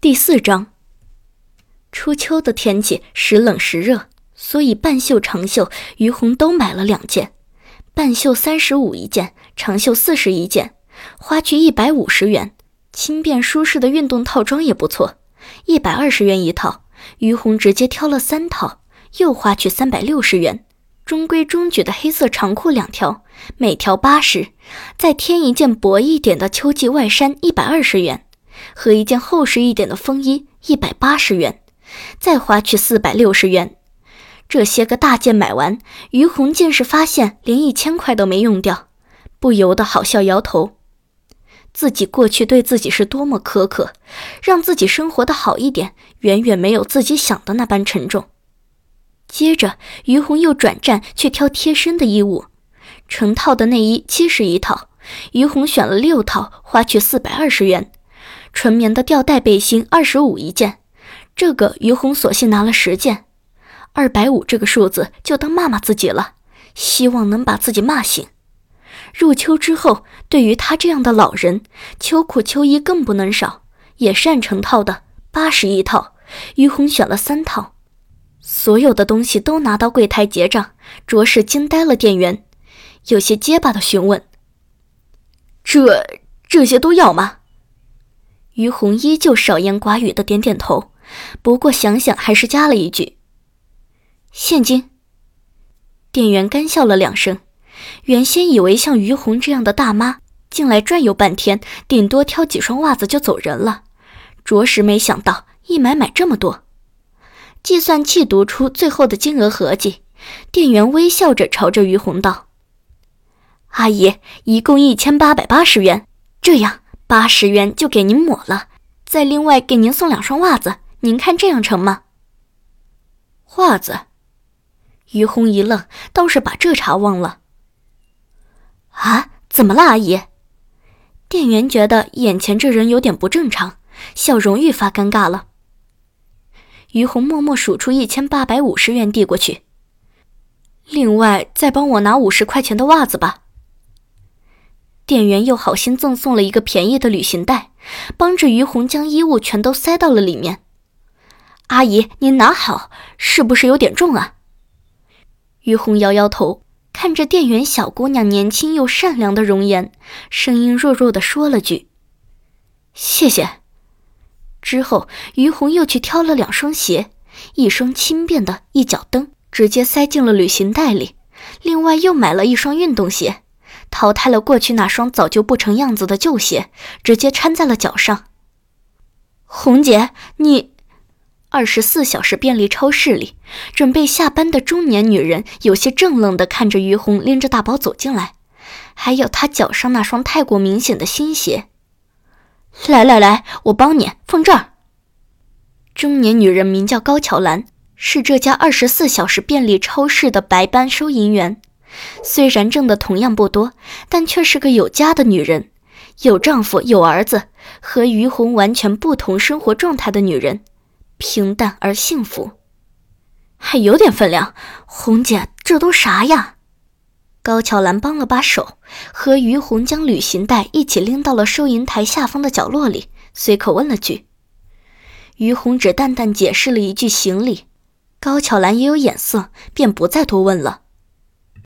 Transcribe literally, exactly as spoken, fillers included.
第四章。初秋的天气时冷时热，所以半袖长袖于红都买了两件，半袖三十五一件，长袖四十一件，花去一百五十元。轻便舒适的运动套装也不错，一百二十元一套，于红直接挑了三套，又花去三百六十元。中规中矩的黑色长裤两条，每条八十，再添一件薄一点的秋季外衫一百二十元，和一件厚实一点的风衣一百八十元，再花去四百六十元。这些个大件买完，于红见识发现连一千块都没用掉，不由得好笑摇头。自己过去对自己是多么苛刻，让自己生活的好一点，远远没有自己想的那般沉重。接着于红又转战去挑贴身的衣物，成套的内衣七十一套，于红选了六套，花去四百二十元。纯棉的吊带背心二十五一件，这个于红索性拿了十件。二百五这个数字就当骂骂自己了，希望能把自己骂醒。入秋之后，对于他这样的老人，秋裤秋衣更不能少，也是按成套的，八十一套，于红选了三套。所有的东西都拿到柜台结账，着实惊呆了店员，有些结巴的询问：这这些都要吗？于红依旧少言寡语的点点头，不过想想还是加了一句：现金。店员干笑了两声，原先以为像于红这样的大妈进来转悠半天，顶多挑几双袜子就走人了，着实没想到一买买这么多。计算器读出最后的金额合计，店员微笑着朝着于红道：阿姨，一共一千八百八十元，这样八十元就给您抹了，再另外给您送两双袜子，您看这样成吗？袜子？于红一愣，倒是把这茬忘了。啊，怎么了阿姨？店员觉得眼前这人有点不正常，笑容愈发尴尬了。于红默默数出一千八百五十元递过去，另外再帮我拿五十块钱的袜子吧。店员又好心赠送了一个便宜的旅行袋，帮着于红将衣物全都塞到了里面。阿姨，您拿好，是不是有点重啊？于红摇摇头，看着店员小姑娘年轻又善良的容颜，声音弱弱地说了句：谢谢。之后于红又去挑了两双鞋，一双轻便的一脚蹬，直接塞进了旅行袋里，另外又买了一双运动鞋，淘汰了过去那双早就不成样子的旧鞋，直接穿在了脚上。红姐，你……二十四小时便利超市里，准备下班的中年女人有些怔愣地看着于红拎着大包走进来，还有她脚上那双太过明显的新鞋。来来来，我帮你，放这儿。中年女人名叫高乔兰，是这家二十四小时便利超市的白班收银员。虽然挣的同样不多，但却是个有家的女人，有丈夫有儿子，和于红完全不同生活状态的女人，平淡而幸福。还有点分量，红姐，这都啥呀？高乔兰帮了把手，和于红将旅行袋一起拎到了收银台下方的角落里，随口问了句。于红只淡淡解释了一句行礼，高乔兰也有眼色，便不再多问了。